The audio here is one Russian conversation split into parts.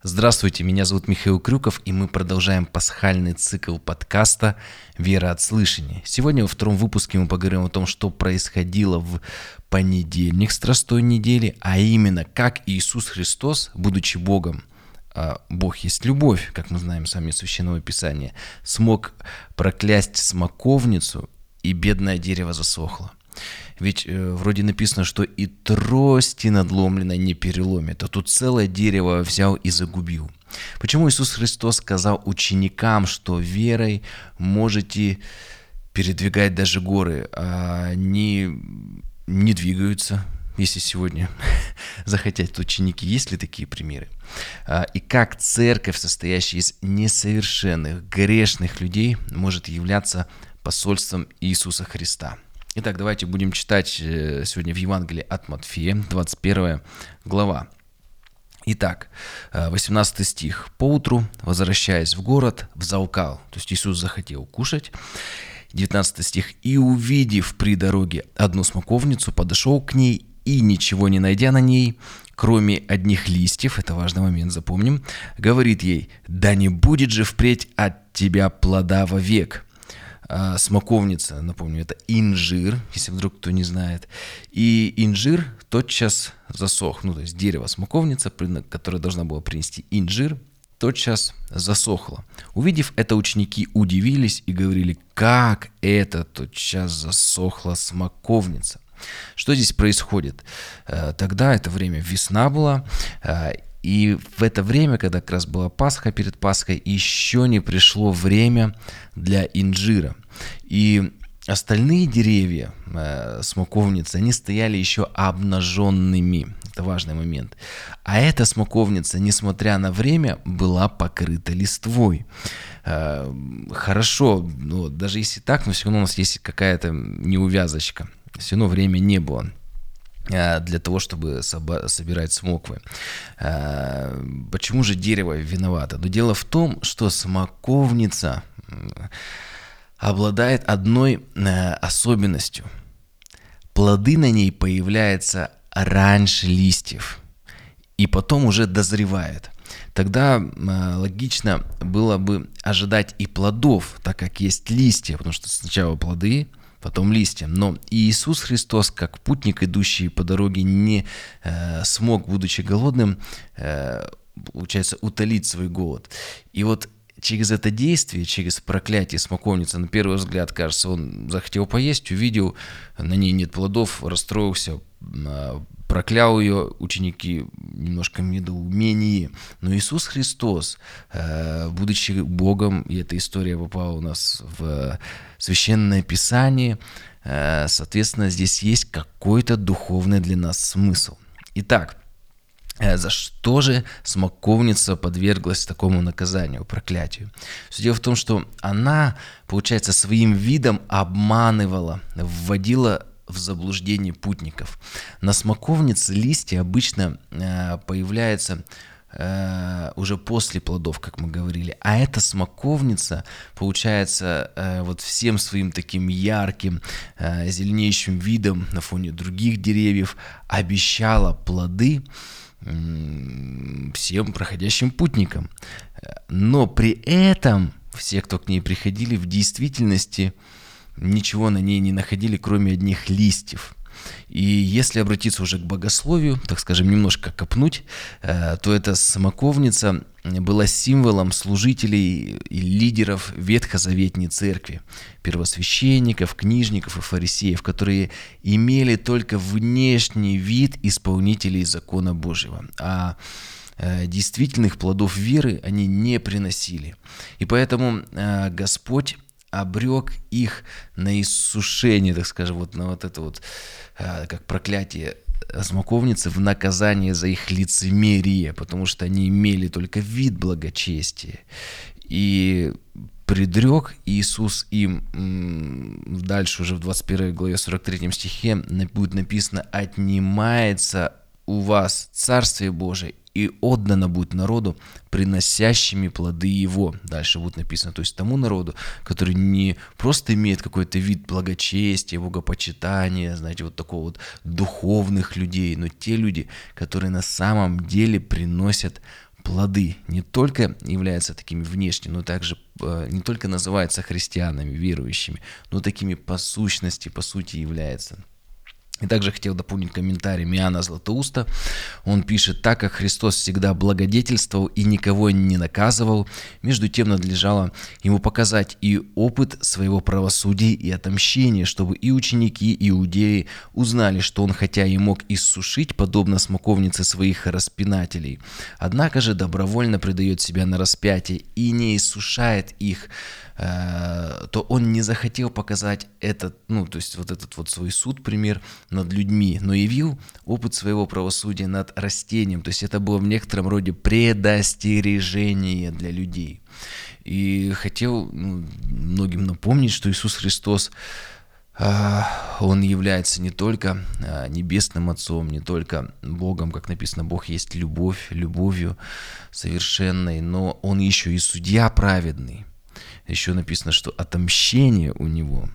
Здравствуйте, меня зовут Михаил Крюков, и мы продолжаем пасхальный цикл подкаста «Вера от слышания». Сегодня во втором выпуске мы поговорим о том, что происходило в понедельник страстной недели, а именно, как Иисус Христос, будучи Богом, Бог есть любовь, как мы знаем с вами из Священного Писания, смог проклясть смоковницу, и бедное дерево засохло. Ведь вроде написано, что и трости надломленной не переломит, а тут целое дерево взял и загубил. Почему Иисус Христос сказал ученикам, что верой можете передвигать даже горы, а они не двигаются, если сегодня захотят ученики? Есть ли такие примеры? И как церковь, состоящая из несовершенных, грешных людей, может являться посольством Иисуса Христа? Итак, давайте будем читать сегодня в Евангелии от Матфея, 21 глава. Итак, 18 стих. «Поутру, возвращаясь в город, взалкал». То есть Иисус захотел кушать. 19 стих. «И, увидев при дороге одну смоковницу, подошел к ней, и, ничего не найдя на ней, кроме одних листьев», это важный момент, запомним, говорит ей: «Да не будет же впредь от тебя плода вовек». Смоковница, напомню, это инжир, если вдруг кто не знает. И инжир тотчас засох. То есть дерево смоковница, которое должна была принести инжир, тотчас засохло. Увидев это, ученики удивились и говорили: «Как это тотчас засохла смоковница?» Что здесь происходит? Тогда это время весна была, и в это время, когда как раз была Пасха, перед Пасхой, еще не пришло время для инжира. И остальные деревья смоковницы, они стояли еще обнаженными. Это важный момент. А эта смоковница, несмотря на время, была покрыта листвой. Хорошо, но даже если так, но все равно у нас есть какая-то неувязочка. Все равно время не было для того, чтобы собирать смоквы. Почему же дерево виновато? Но дело в том, что смоковница обладает одной особенностью. Плоды на ней появляются раньше листьев и потом уже дозревают. Тогда логично было бы ожидать и плодов, так как есть листья, потому что сначала плоды, потом листья. Но Иисус Христос, как путник, идущий по дороге, не смог, будучи голодным, получается, утолить свой голод. И вот через это действие, через проклятие смоковницы, на первый взгляд, кажется, он захотел поесть, увидел, на ней нет плодов, расстроился, проклял ее, ученики немножко в недоумении. Но Иисус Христос, будучи Богом, и эта история попала у нас в Священное Писание, соответственно, здесь есть какой-то духовный для нас смысл. Итак, за что же смоковница подверглась такому наказанию, проклятию? Все дело в том, что она, получается, своим видом обманывала, вводила в заблуждение путников. На смоковнице листья обычно появляются уже после плодов, как мы говорили. А эта смоковница, получается, вот всем своим таким ярким, зеленеющим видом на фоне других деревьев обещала плоды всем проходящим путникам. Но при этом все, кто к ней приходили, в действительности ничего на ней не находили, кроме одних листьев. И если обратиться уже к богословию, так скажем, немножко копнуть, то эта смоковница была символом служителей и лидеров ветхозаветной церкви, первосвященников, книжников и фарисеев, которые имели только внешний вид исполнителей закона Божьего, а действительных плодов веры они не приносили. И поэтому Господь обрек их на иссушение, так скажем, вот на вот это вот, как проклятие смоковницы, в наказание за их лицемерие, потому что они имели только вид благочестия. И предрек Иисус им, дальше уже в 21 главе 43 стихе будет написано: «Отнимается у вас Царствие Божие, и отдано будет народу, приносящими плоды его». Дальше будет написано, то есть тому народу, который не просто имеет какой-то вид благочестия, богопочитания, знаете, вот такого вот духовных людей, но те люди, которые на самом деле приносят плоды не только являются такими внешними, но также не только называются христианами, верующими, но такими по сущности, по сути являются. И также хотел дополнить комментарием Иоанна Златоуста. Он пишет: «Так как Христос всегда благодетельствовал и никого не наказывал, между тем надлежало ему показать и опыт своего правосудия и отомщения, чтобы и ученики иудеи узнали, что он хотя и мог иссушить, подобно смоковнице своих распинателей, однако же добровольно предает себя на распятие и не иссушает их, то он не захотел показать этот, то есть вот этот вот свой суд, пример, над людьми, но явил опыт своего правосудия над растением. То есть это было в некотором роде предостережение для людей. И хотел многим напомнить, что Иисус Христос, Он является не только небесным Отцом, не только Богом, как написано, Бог есть любовь, любовью совершенной, но Он еще и судья праведный. Еще написано, что отомщение у него.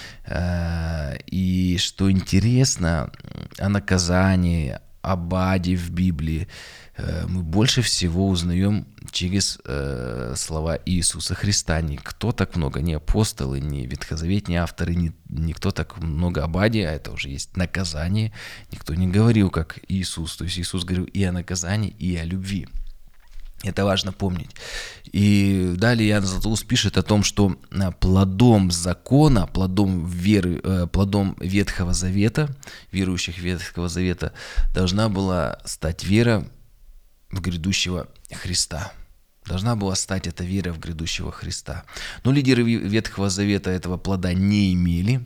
И что интересно, о наказании, об аде в Библии мы больше всего узнаем через слова Иисуса Христа. Никто так много, ни апостолы, ни ветхозаветные авторы, никто так много об аде, а это уже есть наказание, никто не говорил, как Иисус. То есть Иисус говорил и о наказании, и о любви. Это важно помнить. И далее Иоанн Златоуст пишет о том, что плодом закона, плодом веры, плодом Ветхого Завета, верующих Ветхого Завета, должна была стать вера в грядущего Христа. Должна была стать эта вера в грядущего Христа. Но лидеры Ветхого Завета этого плода не имели.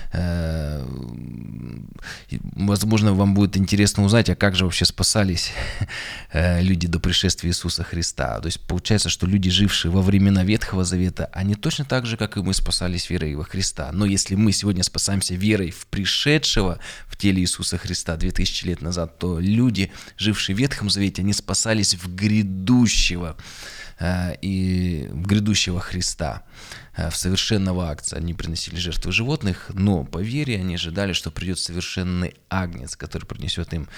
Возможно, вам будет интересно узнать, а как же вообще спасались люди до пришествия Иисуса Христа. То есть получается, что люди, жившие во времена Ветхого Завета, они точно так же, как и мы, спасались верой во Христа. Но если мы сегодня спасаемся верой в пришедшего в теле Иисуса Христа 2000 лет назад, то люди, жившие в Ветхом Завете, они спасались в грядущего Христа, в совершенного Агнца. Они приносили жертвы животных, но по вере они ожидали, что придет совершенный Агнец, который принесет им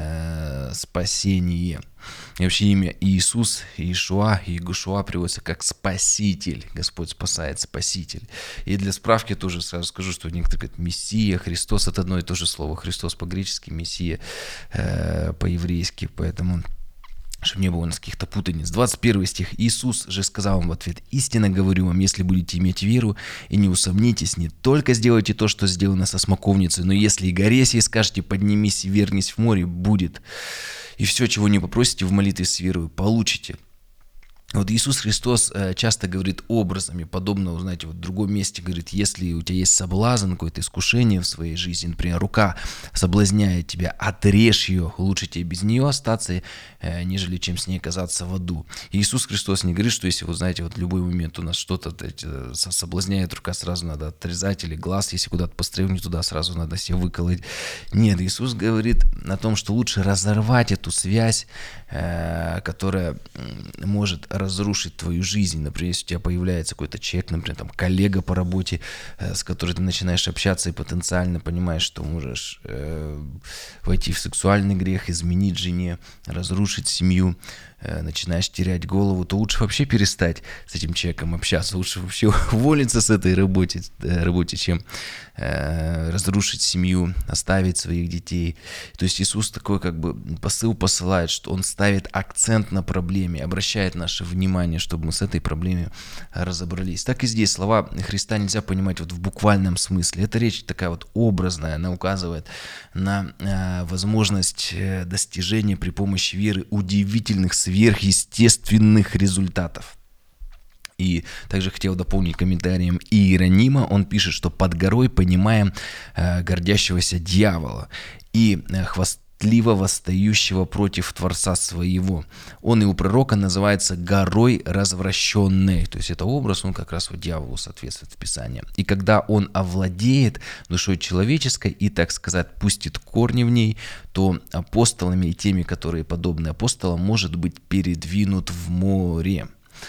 спасение. И вообще имя Иисус, Иешуа, Иегушуа приводится как Спаситель. Господь спасает, Спаситель. И для справки тоже сразу скажу, что некоторые говорят Мессия, Христос — это одно и то же слово. Христос по-гречески, Мессия по-еврейски, поэтому чтобы не было у нас каких-то путаниц. 21 стих. «Иисус же сказал им в ответ: истинно говорю вам, если будете иметь веру и не усомнитесь, не только сделайте то, что сделано со смоковницей, но если и горе сей скажете: поднимись и вернись в море, будет. И все, чего не попросите в молитве с верою, получите». Вот Иисус Христос часто говорит образами, подобно, знаете, вот в другом месте говорит: если у тебя есть соблазн, какое-то искушение в своей жизни, например, рука соблазняет тебя, отрежь ее, лучше тебе без нее остаться, нежели чем с ней оказаться в аду. И Иисус Христос не говорит, что если, вы знаете, вот в любой момент у нас что-то соблазняет, рука сразу надо отрезать, или глаз, если куда-то пострелнуть туда, сразу надо себе выколоть. Нет, Иисус говорит о том, что лучше разорвать эту связь, которая может разрушить твою жизнь. Например, если у тебя появляется какой-то человек, например, там, коллега по работе, с которым ты начинаешь общаться и потенциально понимаешь, что можешь войти в сексуальный грех, изменить жене, разрушить семью, начинаешь терять голову, то лучше вообще перестать с этим человеком общаться, лучше вообще уволиться с этой работы, чем разрушить семью, оставить своих детей. То есть Иисус такой как бы посыл посылает, что Он ставит акцент на проблеме, обращает наше внимание, чтобы мы с этой проблемой разобрались. Так и здесь слова Христа нельзя понимать вот в буквальном смысле. Эта речь такая вот образная, она указывает на возможность достижения при помощи веры удивительных сверхъестественных результатов. И также хотел дополнить комментарием Иеронима. Он пишет, что под горой понимаем гордящегося дьявола и хвастливо восстающего против Творца своего. Он и у пророка называется горой развращенной. То есть это образ, он как раз вот дьяволу соответствует в Писании. И когда он овладеет душой человеческой и, так сказать, пустит корни в ней, то апостолами и теми, которые подобны апостолам, может быть передвинут в море.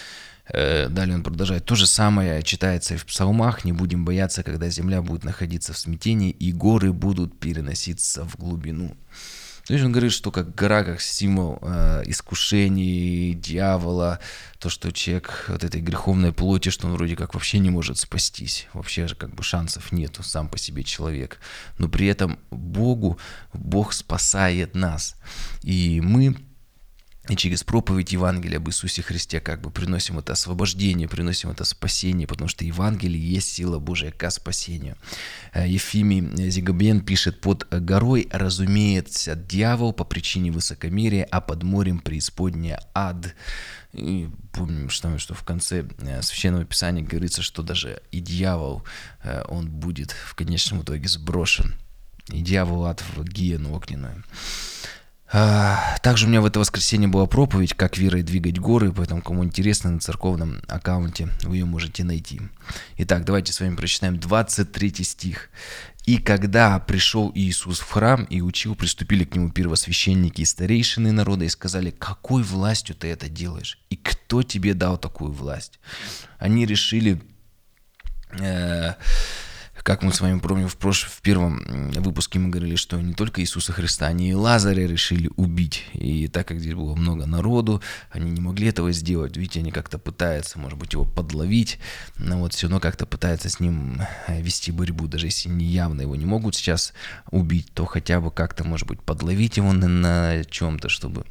Далее он продолжает. То же самое читается и в псалмах. Не будем бояться, когда земля будет находиться в смятении, и горы будут переноситься в глубину. То есть он говорит, что как гора, как символ искушений, дьявола, то, что человек от этой греховной плоти, что он вроде как вообще не может спастись, вообще же как бы шансов нету сам по себе человек. Но при этом Бог спасает нас. И мы через проповедь Евангелия об Иисусе Христе как бы приносим это освобождение, приносим это спасение, потому что Евангелие есть сила Божия ко спасению. Ефимий Зигабен пишет: «Под горой разумеется дьявол по причине высокомерия, а под морем преисподняя ад». И помним, что в конце Священного Писания говорится, что даже и дьявол, он будет в конечном итоге сброшен. И дьявол ад в гиену огненную. Также у меня в это воскресенье была проповедь «Как верой двигать горы», поэтому, кому интересно, на церковном аккаунте вы ее можете найти. Итак, давайте с вами прочитаем 23 стих. «И когда пришел Иисус в храм и учил, приступили к нему первосвященники и старейшины народа и сказали: какой властью ты это делаешь? И кто тебе дал такую власть?» Они решили... Как мы с вами помним, в первом выпуске мы говорили, что не только Иисуса Христа, они и Лазаря решили убить. И так как здесь было много народу, они не могли этого сделать. Видите, они как-то пытаются, может быть, его подловить, но вот все равно как-то пытаются с ним вести борьбу. Даже если не явно его не могут сейчас убить, то хотя бы как-то, может быть, подловить его на чем-то, чтобы...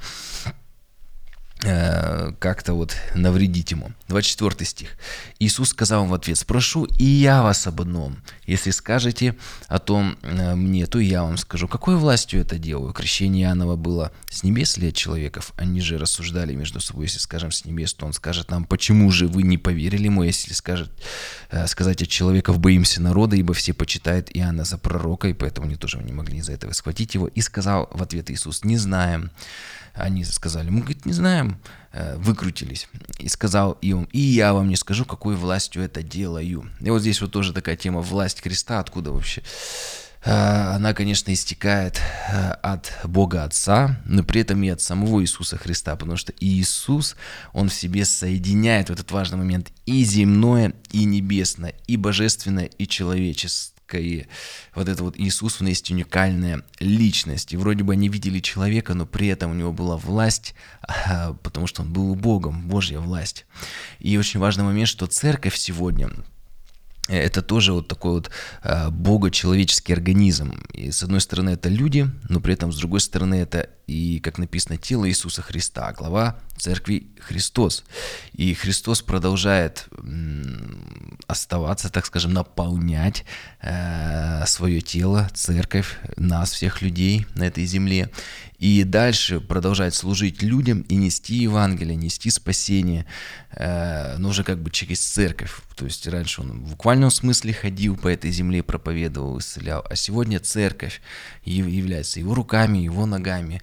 как-то вот навредить ему. 24 стих. Иисус сказал им в ответ: «Спрошу и я вас об одном. Если скажете о том мне, то и я вам скажу. Какой властью это делаю? Крещение Иоаннова было с небес ли от человеков? Они же рассуждали между собой. Если скажем с небес, то он скажет нам: почему же вы не поверили ему? Если сказать от человеков, боимся народа, ибо все почитают Иоанна за пророка». И поэтому они тоже не могли из-за этого схватить его. И сказал в ответ Иисус: «Не знаем». Они сказали: мы, говорит, не знаем, выкрутились. И сказал им: и я вам не скажу, какой властью это делаю. И вот здесь вот тоже такая тема: власть креста, откуда вообще? Она, конечно, истекает от Бога Отца, но при этом и от самого Иисуса Христа, потому что Иисус, Он в себе соединяет в этот важный момент и земное, и небесное, и божественное, и человеческое. Вот это вот Иисус, он есть уникальная личность. И вроде бы они видели человека, но при этом у него была власть, потому что он был Богом, Божья власть. И очень важный момент, что церковь сегодня — это тоже вот такой вот богочеловеческий организм. И с одной стороны это люди, но при этом с другой стороны это и, как написано, тело Иисуса Христа, глава церкви Христос. И Христос продолжает оставаться, так скажем, наполнять свое тело, церковь, нас, всех людей на этой земле. И дальше продолжать служить людям и нести Евангелие, нести спасение, но уже как бы через церковь. То есть раньше он в буквальном смысле ходил по этой земле, проповедовал, исцелял, а сегодня церковь является его руками, его ногами.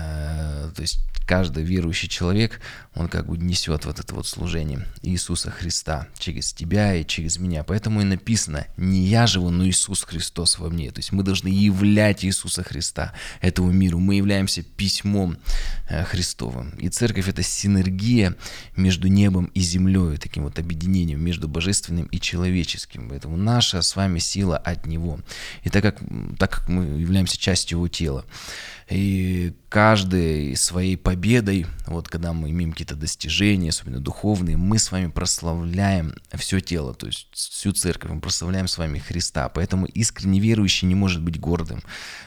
То есть каждый верующий человек, он как бы несет вот это вот служение Иисуса Христа через тебя и через меня. Поэтому и написано: не я живу, но Иисус Христос во мне. То есть мы должны являть Иисуса Христа этому миру. Мы являемся письмом Христовым. И церковь — это синергия между небом и землей, таким вот объединением между божественным и человеческим. Поэтому наша с вами сила от Него. И так как мы являемся частью Его тела, и каждой своей победой, вот когда мы имеем какие-то достижения, особенно духовные, мы с вами прославляем все тело, то есть всю церковь, мы прославляем с вами Христа. Поэтому искренне верующий не может быть гордым.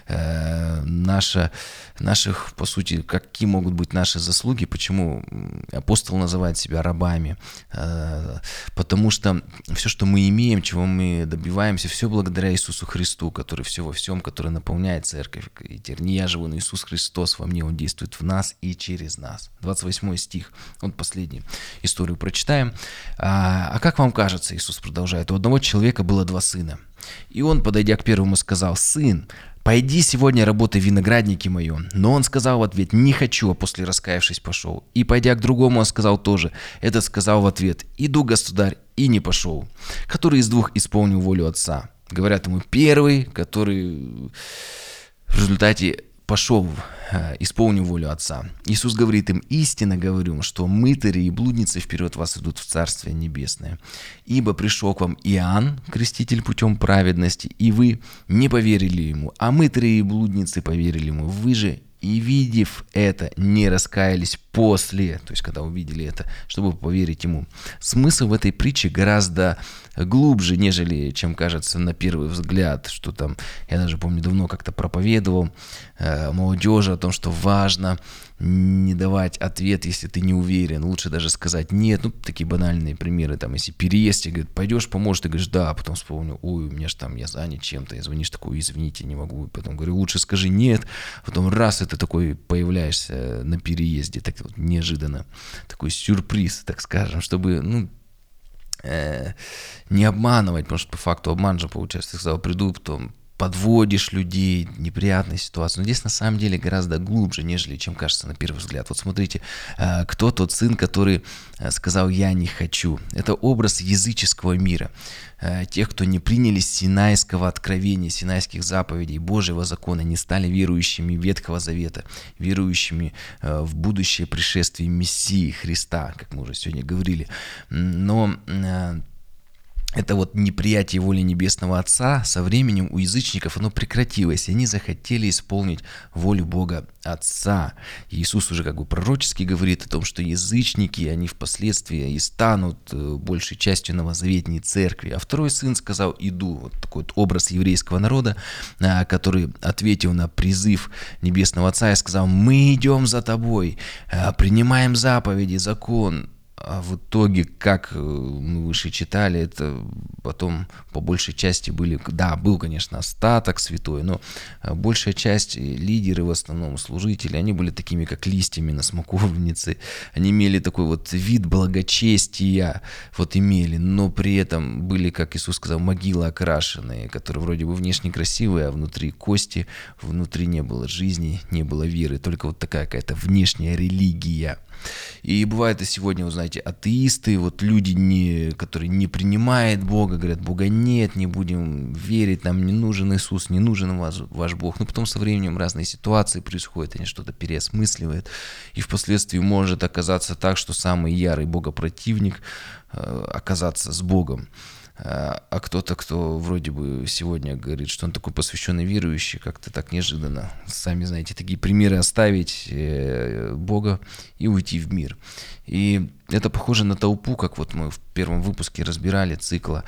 По сути, какие могут быть наши заслуги? Почему апостол называет себя рабами? Потому что все, что мы имеем, чего мы добиваемся, все благодаря Иисусу Христу, который все во всем, который наполняет церковь. И теперь не я живу, но Иисус Христос во мне, Он действует в нас и через нас. 28 стих, вот последнюю историю прочитаем. «А как вам кажется, — Иисус продолжает, — у одного человека было 2 сына. И он, подойдя к первому, сказал: сын, пойди сегодня работай в винограднике моем. Но он сказал в ответ: не хочу, а после, раскаявшись, пошел. И пойдя к другому, он сказал тоже. Этот сказал в ответ: иду, государь, и не пошел. Который из 2 исполнил волю отца? Говорят ему: первый, который в результате пошел, исполнил волю Отца. Иисус говорит им: истинно говорю, что мытари и блудницы вперед вас идут в Царствие Небесное. Ибо пришел к вам Иоанн, креститель путем праведности, и вы не поверили ему, а мытари и блудницы поверили ему. Вы же и, видев это, не раскаялись после, то есть когда увидели это, чтобы поверить ему. Смысл в этой притче гораздо глубже, нежели чем кажется на первый взгляд, что там, я даже помню, давно как-то проповедовал молодежи о том, что важно не давать ответ, если ты не уверен, лучше даже сказать нет, ну, такие банальные примеры, там, если переезд, тебе говорят, пойдешь, поможешь, ты говоришь, да, а потом вспомнил, ой, у меня же там, я занят чем-то, и звонишь такой, извините, не могу, и потом говорю, лучше скажи нет, потом раз, и ты такой появляешься на переезде, так вот неожиданно, такой сюрприз, так скажем, чтобы, ну, не обманывать, потому что по факту обман же получается. Ты сказал, приду, потом подводишь людей, неприятная ситуация. Но здесь на самом деле гораздо глубже, нежели чем кажется на первый взгляд. Вот смотрите, кто тот сын, который сказал «я не хочу». Это образ языческого мира. Тех, кто не приняли Синайского откровения, Синайских заповедей, Божьего закона, не стали верующими Ветхого Завета, верующими в будущее пришествие Мессии Христа, как мы уже сегодня говорили. Но это вот неприятие воли Небесного Отца со временем у язычников оно прекратилось, и они захотели исполнить волю Бога Отца. И Иисус уже как бы пророчески говорит о том, что язычники, они впоследствии и станут большей частью новозаветней церкви. А второй сын сказал «иду». Вот такой вот образ еврейского народа, который ответил на призыв Небесного Отца и сказал «мы идем за тобой, принимаем заповеди, закон». А в итоге, как мы выше читали, это потом по большей части были, да, был, конечно, остаток святой, но большая часть, лидеры в основном, служители, они были такими, как листьями на смоковнице, они имели такой вот вид благочестия, вот имели, но при этом были, как Иисус сказал, могилы окрашенные, которые вроде бы внешне красивые, а внутри кости, внутри не было жизни, не было веры, только вот такая какая-то внешняя религия. И бывает и сегодня, вы знаете, атеисты, вот люди, которые не принимают Бога, говорят, Бога нет, не будем верить, нам не нужен Иисус, не нужен ваш Бог. Но потом со временем разные ситуации происходят, они что-то переосмысливают, и впоследствии может оказаться так, что самый ярый богопротивник оказаться с Богом. А кто-то, кто вроде бы сегодня говорит, что он такой посвященный верующий, как-то так неожиданно, сами знаете, такие примеры оставить Бога и уйти в мир. И это похоже на толпу, как вот мы в первом выпуске разбирали цикла,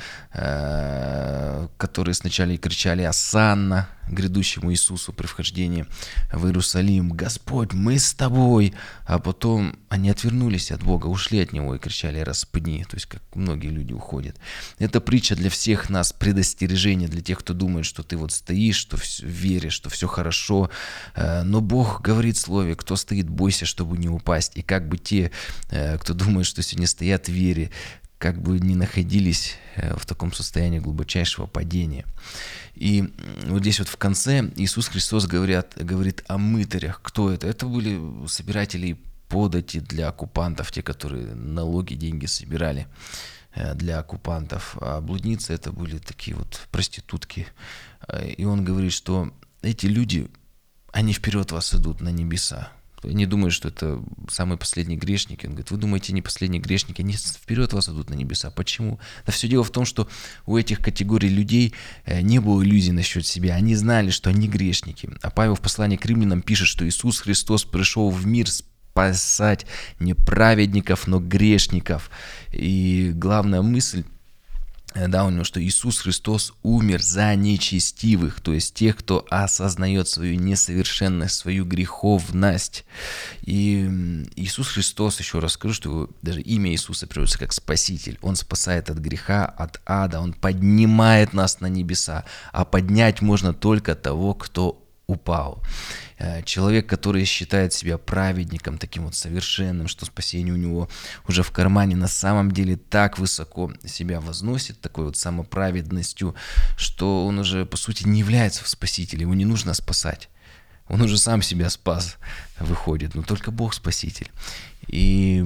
которые сначала и кричали «Осанна» грядущему Иисусу при вхождении в Иерусалим, «Господь, мы с тобой!» А потом они отвернулись от Бога, ушли от Него и кричали «Распни!» То есть как многие люди уходят. Это притча для всех нас, предостережение для тех, кто думает, что ты вот стоишь, что веришь, что все хорошо. Но Бог говорит в Слове, кто стоит, бойся, чтобы не упасть. И как бы те, кто думает, что сегодня стоят в вере, как бы не находились в таком состоянии глубочайшего падения. И вот здесь вот в конце Иисус Христос говорит о мытарях. Кто это? Это были собиратели подати для оккупантов, те, которые налоги, деньги собирали для оккупантов. А блудницы это были такие вот проститутки. И он говорит, что эти люди, они вперед вас идут на небеса. Не думаю, что это самые последние грешники. Он говорит, вы думаете, не последние грешники, они вперед вас идут на небеса. Почему? Да все дело в том, что у этих категорий людей не было иллюзий насчет себя. Они знали, что они грешники. А Павел в послании к римлянам пишет, что Иисус Христос пришел в мир спасать не праведников, но грешников. И главная мысль, да, у него, что Иисус Христос умер за нечестивых, то есть тех, кто осознает свою несовершенность, свою греховность. И Иисус Христос, еще раз скажу, что его, даже имя Иисуса переводится как Спаситель. Он спасает от греха, от ада, Он поднимает нас на небеса, а поднять можно только того, кто упал. Человек, который считает себя праведником, таким вот совершенным, что спасение у него уже в кармане, на самом деле так высоко себя возносит, такой вот самоправедностью, что он уже, по сути, не является спасителем, его не нужно спасать. Он уже сам себя спас, выходит, но только Бог спаситель. И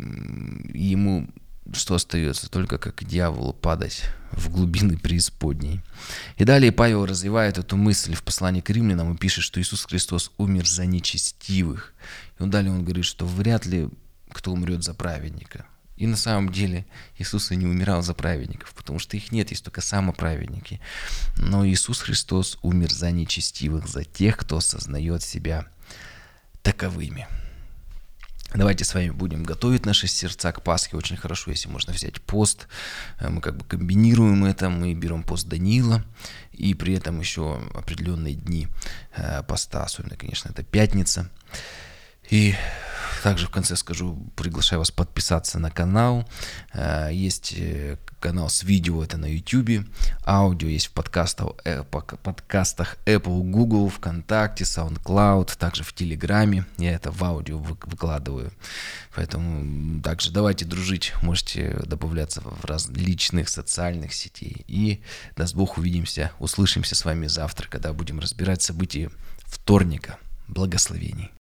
ему что остается? Только как дьяволу падать в глубины преисподней. И далее Павел развивает эту мысль в послании к римлянам и пишет, что Иисус Христос умер за нечестивых. И далее он говорит, что вряд ли кто умрет за праведника. И на самом деле Иисус и не умирал за праведников, потому что их нет, есть только самоправедники. Но Иисус Христос умер за нечестивых, за тех, кто осознает себя таковыми. Давайте с вами будем готовить наши сердца к Пасхе. Очень хорошо, если можно взять пост. Мы как бы комбинируем это. Мы берем пост Даниила и при этом еще определенные дни поста. Особенно, конечно, это пятница. И также в конце скажу, приглашаю вас подписаться на канал. Есть канал с видео, это на YouTube. Аудио есть в подкастах Apple, Google, ВКонтакте, SoundCloud, также в Телеграме. Я это в аудио выкладываю. Поэтому также давайте дружить. Можете добавляться в различных социальных сетей. И, даст Бог, услышимся с вами завтра, когда будем разбирать события вторника. Благословений.